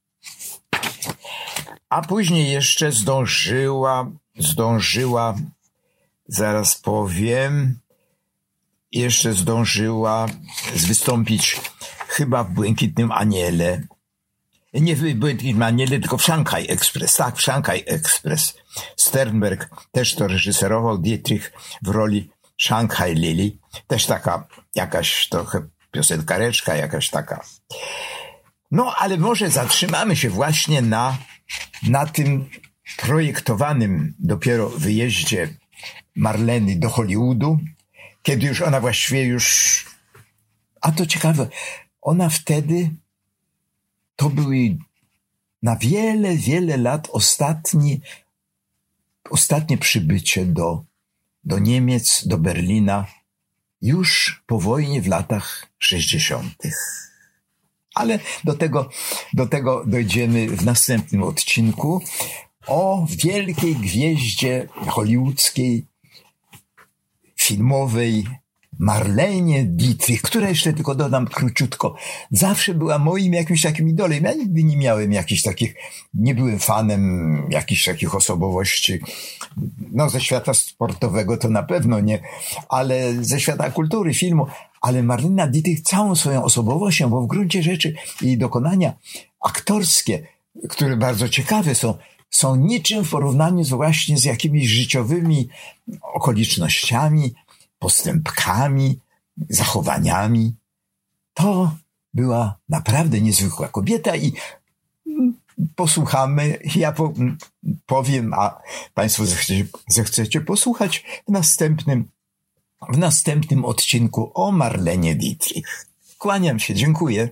A później jeszcze zdążyła, zdążyła, zaraz powiem, jeszcze zdążyła wystąpić chyba w Błękitnym Aniele. Nie w Błękitnym Aniele, tylko w Shanghai Express. Tak, w Shanghai Express. Sternberg też to reżyserował, Dietrich w roli Shanghai Lily. Też taka jakaś trochę piosenkareczka, jakaś taka. No, ale może zatrzymamy się właśnie na, na tym projektowanym dopiero wyjeździe Marleny do Hollywoodu, kiedy już ona właściwie już... A to ciekawe, ona wtedy, to był jej na wiele, wiele lat ostatni, ostatnie przybycie do, do Niemiec, do Berlina, już po wojnie w latach sześćdziesiątych. Ale do tego, do tego dojdziemy w następnym odcinku o wielkiej gwieździe hollywoodzkiej, filmowej, Marlenie Dietrich, która jeszcze tylko dodam króciutko, zawsze była moim jakimś takim idolem. Ja nigdy nie miałem jakichś takich, nie byłem fanem jakichś takich osobowości, no ze świata sportowego to na pewno nie, ale ze świata kultury, filmu. Ale Marlena Dietrich całą swoją osobowością, bo w gruncie rzeczy jej dokonania aktorskie, które bardzo ciekawe są, są niczym w porównaniu z właśnie z jakimiś życiowymi okolicznościami, postępkami, zachowaniami. To była naprawdę niezwykła kobieta i posłuchamy, ja po, powiem, a Państwo zechcecie, zechcecie posłuchać w następnym, w następnym odcinku o Marlenie Dietrich. Kłaniam się, dziękuję.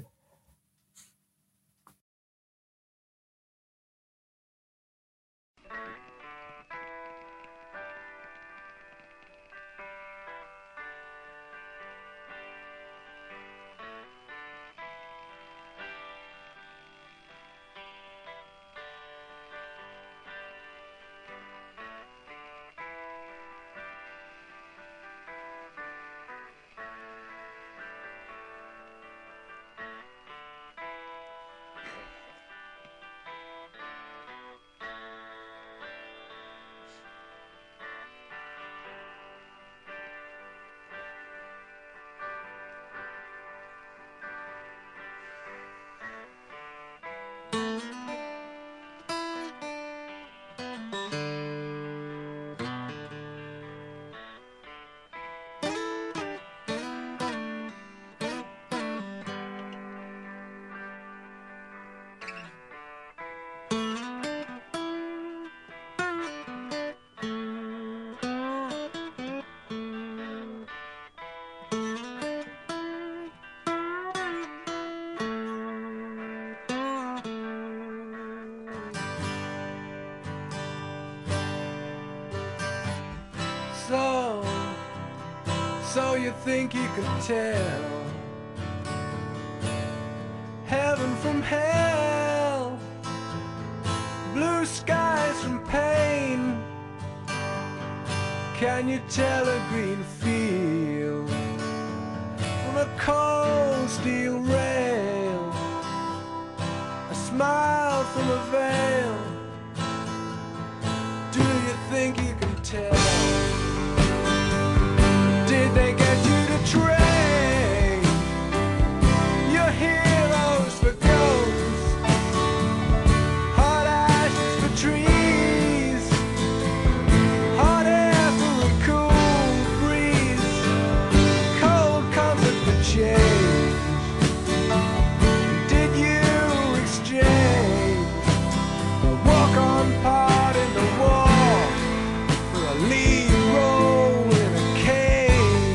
So, so you think you could tell heaven from hell, blue skies from pain? Can you tell a green field from a cold steel rail, a smile from a veil? Do you think you can tell? Did they get you to train your heroes for ghosts, hot ashes for trees, hot air for a cool breeze, cold comfort for change? Did you exchange a walk-on part in the war for a lead role in a cage?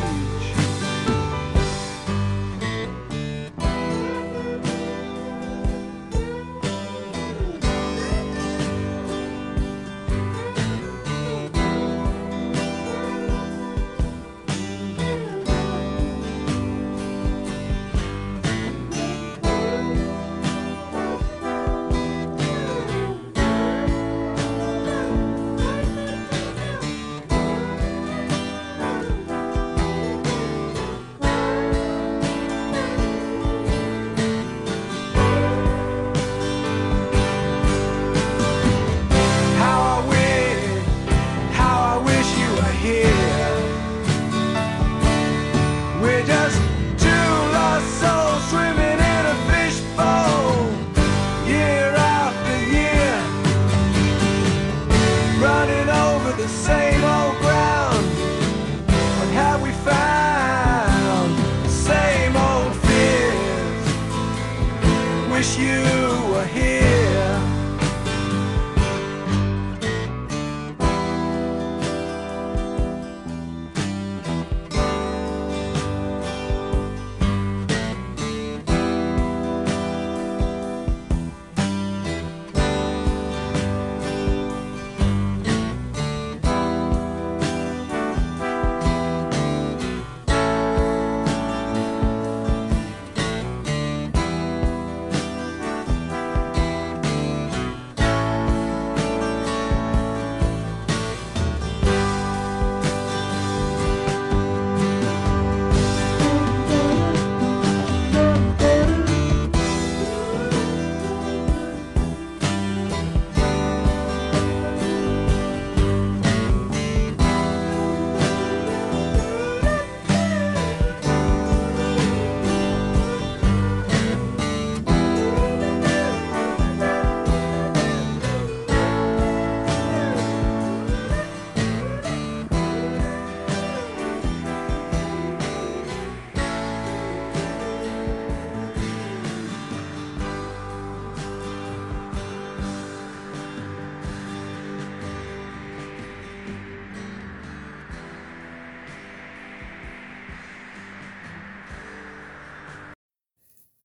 How I wish, how I wish you were here. We're just two lost souls swimming in a fishbowl, year after year, running over the same old ground. What have we found? The same old fears. Wish you were here.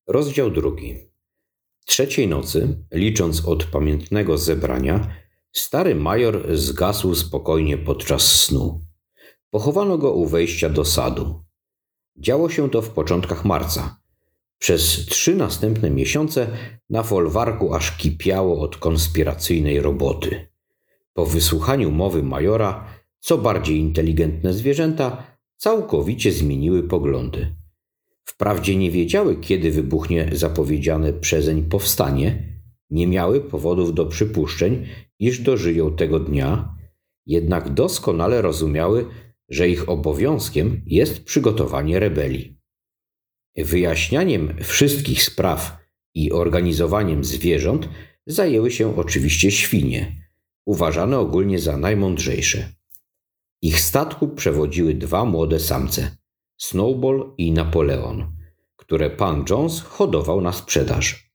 Rozdział drugi. Trzeciej nocy, licząc od pamiętnego zebrania, stary major zgasł spokojnie podczas snu. Pochowano go u wejścia do sadu. Działo się to w początkach marca. Przez trzy następne miesiące na folwarku aż kipiało od konspiracyjnej roboty. Po wysłuchaniu mowy majora, co bardziej inteligentne zwierzęta całkowicie zmieniły poglądy. Wprawdzie nie wiedziały, kiedy wybuchnie zapowiedziane przezeń powstanie, nie miały powodów do przypuszczeń, iż dożyją tego dnia, jednak doskonale rozumiały, że ich obowiązkiem jest przygotowanie rebelii. Wyjaśnianiem wszystkich spraw i organizowaniem zwierząt zajęły się oczywiście świnie, uważane ogólnie za najmądrzejsze. Ich statku przewodziły dwa młode samce, Snowball i Napoleon, które pan Jones hodował na sprzedaż.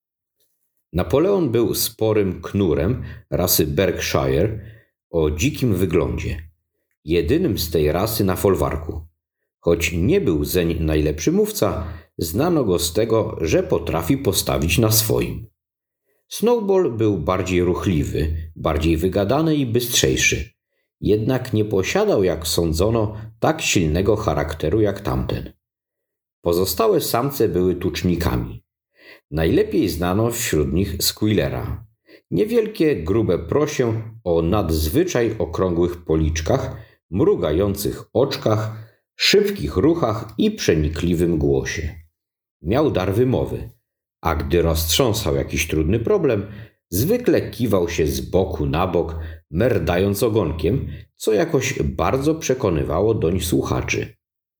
Napoleon był sporym knurem rasy Berkshire o dzikim wyglądzie, jedynym z tej rasy na folwarku. Choć nie był zeń najlepszy mówca, znano go z tego, że potrafi postawić na swoim. Snowball był bardziej ruchliwy, bardziej wygadany i bystrzejszy, jednak nie posiadał, jak sądzono, tak silnego charakteru jak tamten. Pozostałe samce były tucznikami. Najlepiej znano wśród nich Squealera, niewielkie, grube prosie o nadzwyczaj okrągłych policzkach, mrugających oczkach, szybkich ruchach i przenikliwym głosie. Miał dar wymowy, a gdy roztrząsał jakiś trudny problem, zwykle kiwał się z boku na bok, merdając ogonkiem, co jakoś bardzo przekonywało doń słuchaczy.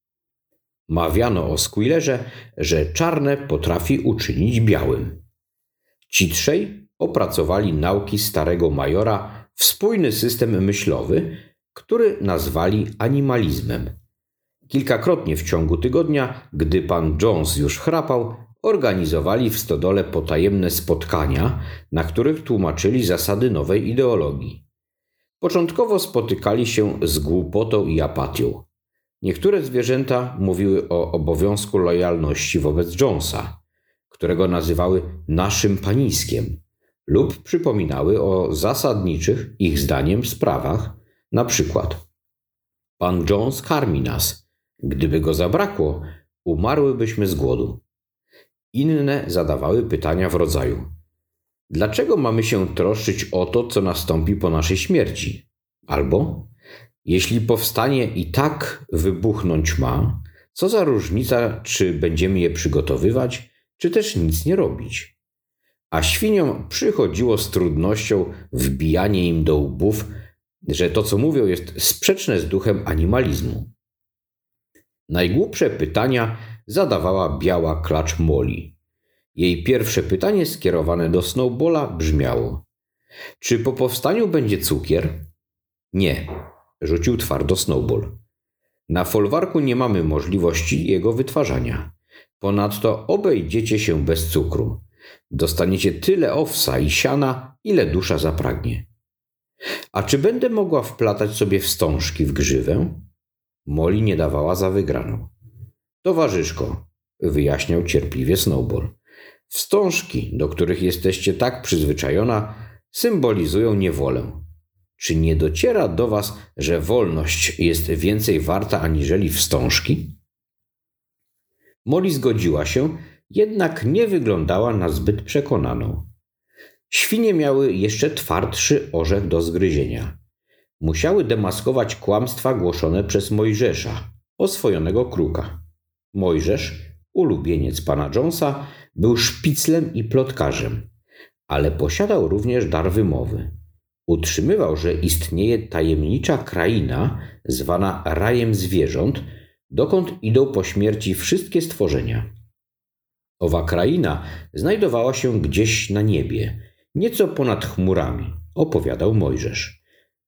Mawiano o Squealerze, że czarne potrafi uczynić białym. Ci trzej opracowali nauki starego majora w spójny system myślowy, który nazwali animalizmem. Kilkakrotnie w ciągu tygodnia, gdy pan Jones już chrapał, organizowali w stodole potajemne spotkania, na których tłumaczyli zasady nowej ideologii. Początkowo spotykali się z głupotą i apatią. Niektóre zwierzęta mówiły o obowiązku lojalności wobec Jonesa, którego nazywały naszym paniskiem, lub przypominały o zasadniczych, ich zdaniem, sprawach, na przykład: pan Jones karmi nas, gdyby go zabrakło, umarłybyśmy z głodu. Inne zadawały pytania w rodzaju: dlaczego mamy się troszczyć o to, co nastąpi po naszej śmierci? Albo: jeśli powstanie i tak wybuchnąć ma, co za różnica, czy będziemy je przygotowywać, czy też nic nie robić? A świniom przychodziło z trudnością wbijanie im do łbów, że to, co mówią, jest sprzeczne z duchem animalizmu. Najgłupsze pytania zadawała biała klacz Molly. Jej pierwsze pytanie skierowane do Snowballa brzmiało: czy po powstaniu będzie cukier? Nie, rzucił twardo Snowball. Na folwarku nie mamy możliwości jego wytwarzania. Ponadto obejdziecie się bez cukru. Dostaniecie tyle owsa i siana, ile dusza zapragnie. A czy będę mogła wplatać sobie wstążki w grzywę? Molly nie dawała za wygraną. Towarzyszko, wyjaśniał cierpliwie Snowball, wstążki, do których jesteście tak przyzwyczajona, symbolizują niewolę. Czy nie dociera do was, że wolność jest więcej warta aniżeli wstążki? Molly zgodziła się, jednak nie wyglądała na zbyt przekonaną. Świnie miały jeszcze twardszy orzech do zgryzienia. Musiały demaskować kłamstwa głoszone przez Mojżesza, oswojonego kruka. Mojżesz, ulubieniec pana Jonesa, był szpiclem i plotkarzem, ale posiadał również dar wymowy. Utrzymywał, że istnieje tajemnicza kraina zwana rajem zwierząt, dokąd idą po śmierci wszystkie stworzenia. Owa kraina znajdowała się gdzieś na niebie, nieco ponad chmurami, opowiadał Mojżesz.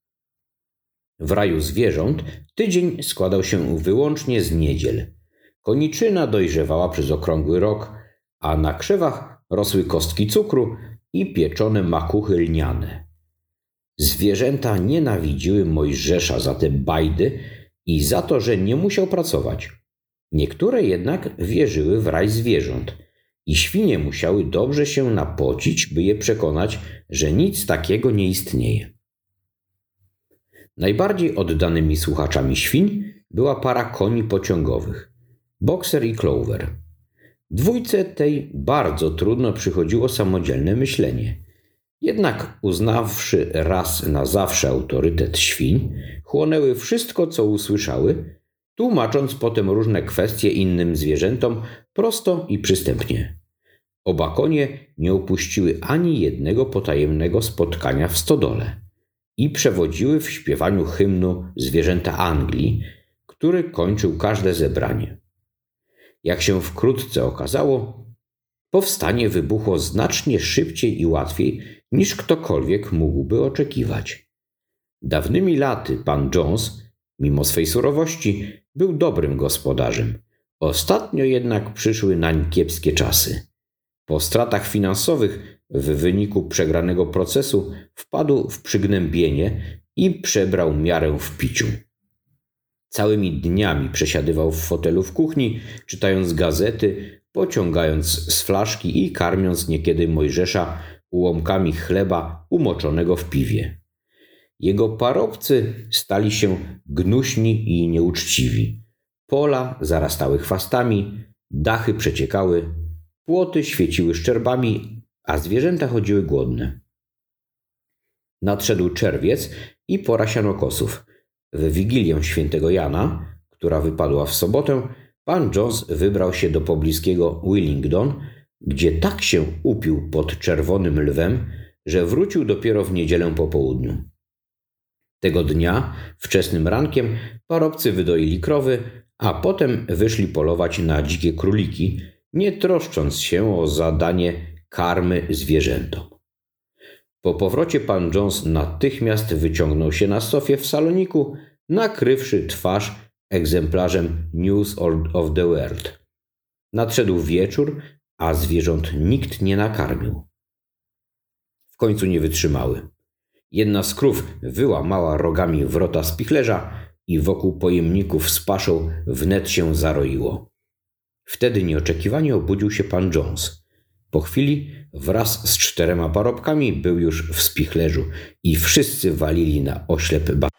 W raju zwierząt tydzień składał się wyłącznie z niedziel. Koniczyna dojrzewała przez okrągły rok, a na krzewach rosły kostki cukru i pieczone makuchy lniane. Zwierzęta nienawidziły Mojżesza za te bajdy i za to, że nie musiał pracować. Niektóre jednak wierzyły w raj zwierząt i świnie musiały dobrze się napocić, by je przekonać, że nic takiego nie istnieje. Najbardziej oddanymi słuchaczami świń była para koni pociągowych, Boxer i Clover. Dwójce tej bardzo trudno przychodziło samodzielne myślenie. Jednak uznawszy raz na zawsze autorytet świń, chłonęły wszystko, co usłyszały, tłumacząc potem różne kwestie innym zwierzętom prosto i przystępnie. Oba konie nie opuściły ani jednego potajemnego spotkania w stodole i przewodziły w śpiewaniu hymnu zwierzęta Anglii, który kończył każde zebranie. Jak się wkrótce okazało, powstanie wybuchło znacznie szybciej i łatwiej, niż ktokolwiek mógłby oczekiwać. Dawnymi laty pan Jones, mimo swej surowości, był dobrym gospodarzem. Ostatnio jednak przyszły nań kiepskie czasy. Po stratach finansowych w wyniku przegranego procesu wpadł w przygnębienie i przebrał miarę w piciu. Całymi dniami przesiadywał w fotelu w kuchni, czytając gazety, pociągając z flaszki i karmiąc niekiedy Mojżesza ułamkami chleba umoczonego w piwie. Jego parobcy stali się gnuśni i nieuczciwi. Pola zarastały chwastami, dachy przeciekały, płoty świeciły szczerbami, a zwierzęta chodziły głodne. Nadszedł czerwiec i pora sianokosów. W Wigilię świętego Jana, która wypadła w sobotę, pan Jones wybrał się do pobliskiego Willingdon, gdzie tak się upił pod czerwonym lwem, że wrócił dopiero w niedzielę po południu. Tego dnia, wczesnym rankiem, parobcy wydoili krowy, a potem wyszli polować na dzikie króliki, nie troszcząc się o zadanie karmy zwierzętom. Po powrocie pan Jones natychmiast wyciągnął się na sofie w saloniku, nakrywszy twarz egzemplarzem News of the World. Nadszedł wieczór, a zwierząt nikt nie nakarmił. W końcu nie wytrzymały. Jedna z krów wyłamała rogami wrota spichlerza i wokół pojemników z paszą wnet się zaroiło. Wtedy nieoczekiwanie obudził się pan Jones. Po chwili wraz z czterema parobkami był już w spichlerzu i wszyscy walili na oślep ba-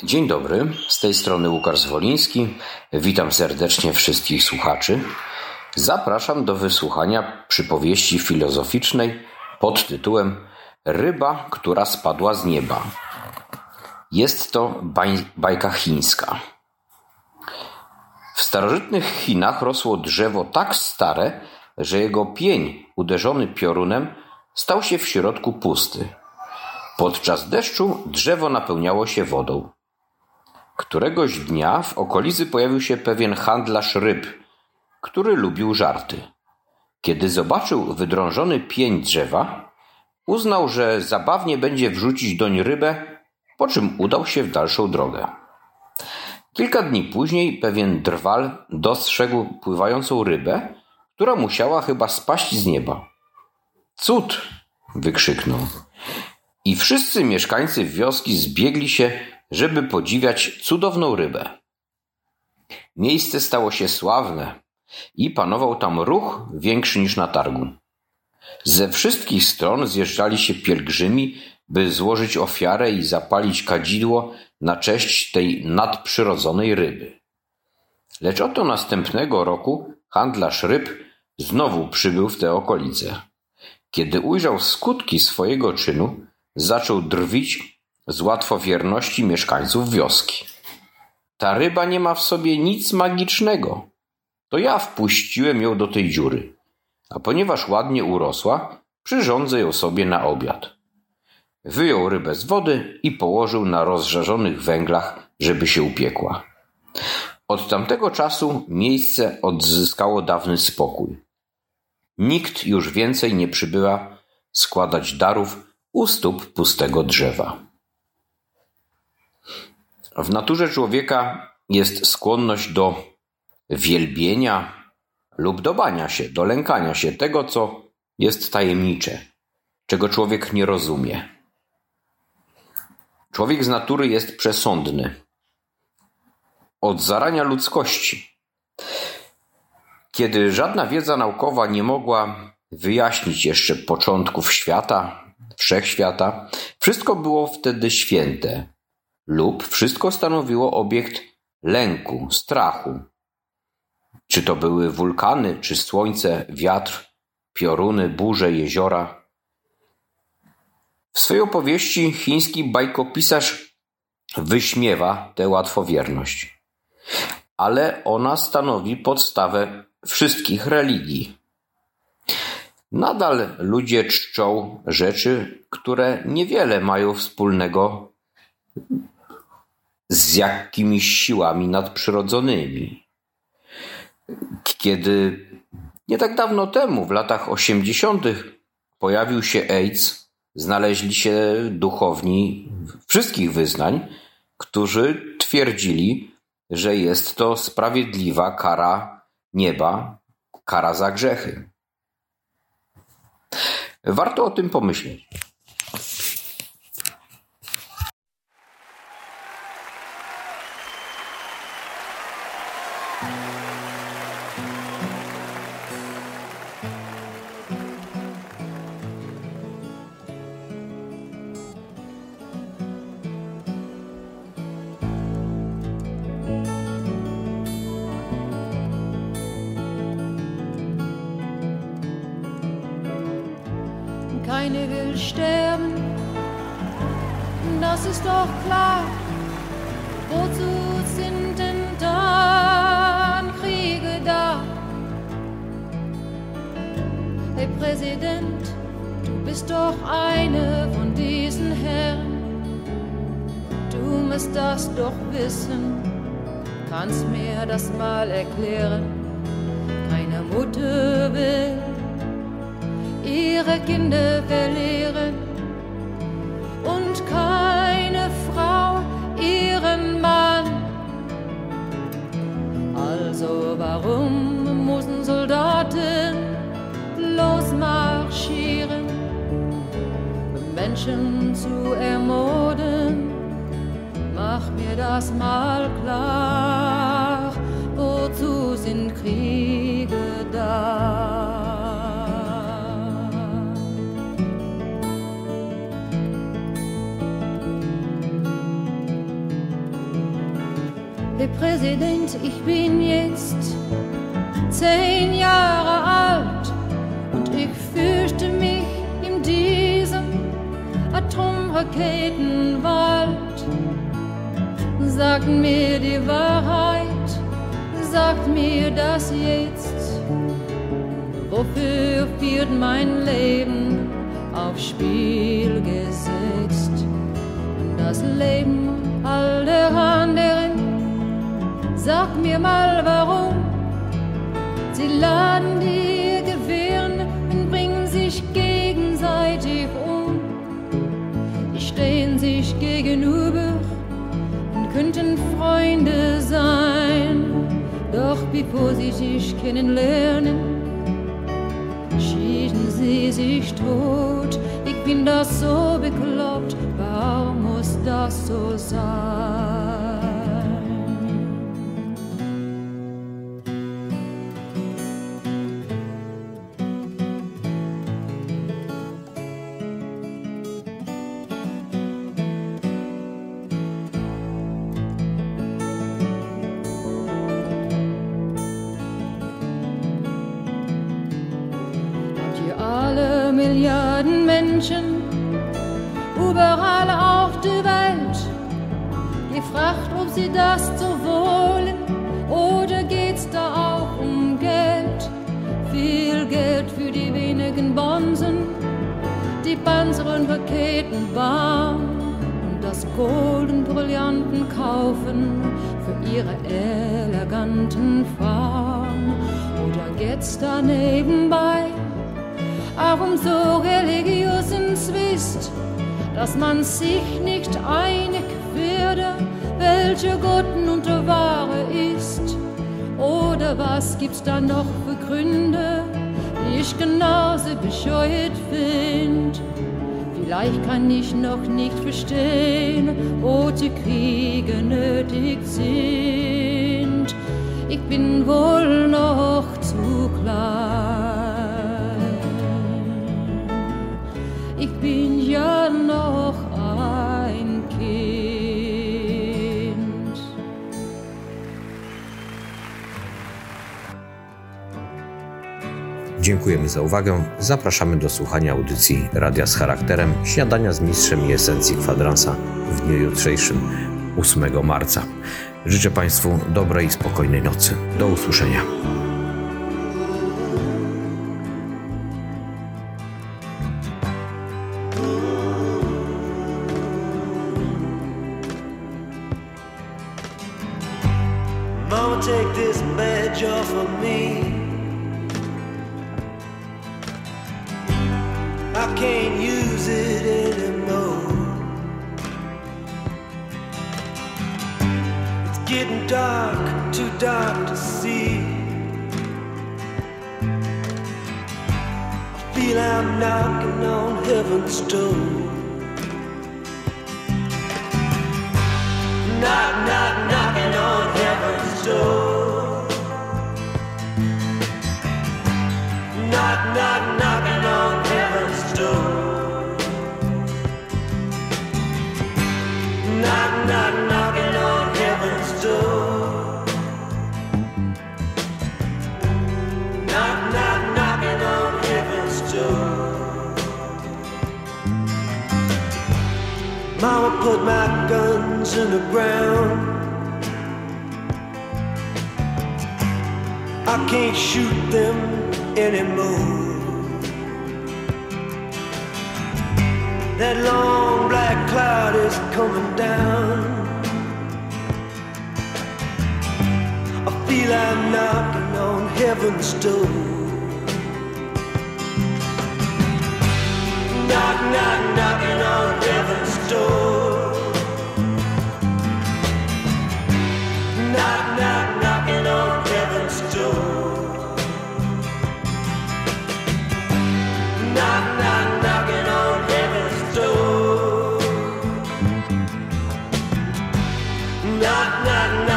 Dzień dobry, z tej strony Łukasz Zwoliński. Witam serdecznie wszystkich słuchaczy. Zapraszam do wysłuchania przypowieści filozoficznej pod tytułem Ryba, która spadła z nieba. Jest to baj- bajka chińska. W starożytnych Chinach rosło drzewo tak stare, że jego pień uderzony piorunem stał się w środku pusty. Podczas deszczu drzewo napełniało się wodą. Któregoś dnia w okolicy pojawił się pewien handlarz ryb, który lubił żarty. Kiedy zobaczył wydrążony pień drzewa, uznał, że zabawnie będzie wrzucić doń rybę, po czym udał się w dalszą drogę. Kilka dni później pewien drwal dostrzegł pływającą rybę, która musiała chyba spaść z nieba. Cud! Wykrzyknął. I wszyscy mieszkańcy wioski zbiegli się, żeby podziwiać cudowną rybę. Miejsce stało się sławne i panował tam ruch większy niż na targu. Ze wszystkich stron zjeżdżali się pielgrzymi, by złożyć ofiarę i zapalić kadzidło na cześć tej nadprzyrodzonej ryby. Lecz oto następnego roku handlarz ryb znowu przybył w te okolice. Kiedy ujrzał skutki swojego czynu, zaczął drwić z łatwowierności mieszkańców wioski. Ta ryba nie ma w sobie nic magicznego. To ja wpuściłem ją do tej dziury, a ponieważ ładnie urosła, przyrządzę ją sobie na obiad. Wyjął rybę z wody i położył na rozżarzonych węglach, żeby się upiekła. Od tamtego czasu miejsce odzyskało dawny spokój. Nikt już więcej nie przybywa składać darów u stóp pustego drzewa. W naturze człowieka jest skłonność do wielbienia lub do bania się, do lękania się tego, co jest tajemnicze, czego człowiek nie rozumie. Człowiek z natury jest przesądny. Od zarania ludzkości. Kiedy żadna wiedza naukowa nie mogła wyjaśnić jeszcze początków świata, wszechświata, wszystko było wtedy święte lub wszystko stanowiło obiekt lęku, strachu. Czy to były wulkany, czy słońce, wiatr, pioruny, burze, jeziora. W swojej opowieści chiński bajkopisarz wyśmiewa tę łatwowierność, ale ona stanowi podstawę wszystkich religii. Nadal ludzie czczą rzeczy, które niewiele mają wspólnego z jakimiś siłami nadprzyrodzonymi. Kiedy nie tak dawno temu, w latach osiemdziesiątych, pojawił się AIDS, znaleźli się duchowni wszystkich wyznań, którzy twierdzili, że jest to sprawiedliwa kara nieba, kara za grzechy. Warto o tym pomyśleć. Keine will sterben, das ist doch klar. Wozu sind denn dann Kriege da? Herr Präsident, du bist doch eine von diesen Herren. Du musst das doch wissen, kannst mir das mal erklären. Keine Mutter will ihre Kinder verlieren und keine Frau ihren Mann. Also warum müssen Soldaten losmarschieren, um Menschen zu ermorden? Mach mir das mal klar, wozu sind Kriege da? der Präsident, ich bin jetzt zehn Jahre alt und ich fürchte mich in diesem Atomraketenwald. Sagt mir die Wahrheit, sagt mir das jetzt. Wofür wird mein Leben aufs Spiel gesetzt? Das Leben all der anderen, sag mir mal warum. Sie laden dir Gewehre und bringen sich gegenseitig um. Die stehen sich gegenüber und könnten Freunde sein. Doch bevor sie sich kennenlernen, schießen sie sich tot. Ich bin das so bekloppt, warum muss das so sein? Milliarden Menschen überall auf der Welt gefragt, ob sie das so wollen oder geht's da auch um Geld? Viel Geld für die wenigen Bonzen, die Panzer und Raketen bauen und das Gold und Brillanten kaufen für ihre eleganten Frauen. Oder geht's da nebenbei auch um so religiösen Zwist, dass man sich nicht einig werde, welcher Gott nun der wahre ist? Oder was gibt's da noch für Gründe, die ich genauso bescheuert find? Vielleicht kann ich noch nicht verstehen, wo die Kriege nötig sind. Ich bin wohl noch zu klein. Ich bin ja noch ein Kind. Dziękujemy za uwagę. Zapraszamy do słuchania audycji Radia z Charakterem, Śniadania z Mistrzem i Esencji Kwadransa w dniu jutrzejszym, ósmego marca. Życzę Państwu dobrej i spokojnej nocy. Do usłyszenia. Mama, take this badge off of me. I can't use it anymore. It's getting dark, too dark to see. I feel I'm knocking on heaven's door. Knock, knock, knocking on heaven's door. Knock, knock, knocking on heaven's door. Knock, knock, knocking on heaven's door. Knock, knock, knocking on heaven's door. Mama put my guns in the ground. I can't shoot them anymore. That long black cloud is coming down. I feel I'm knocking on heaven's door. Knock, knock, knocking on heaven's door. Knock, knock, knocking on heaven's door. Knock, knock, knocking on heaven's door. Knock, knock, knock.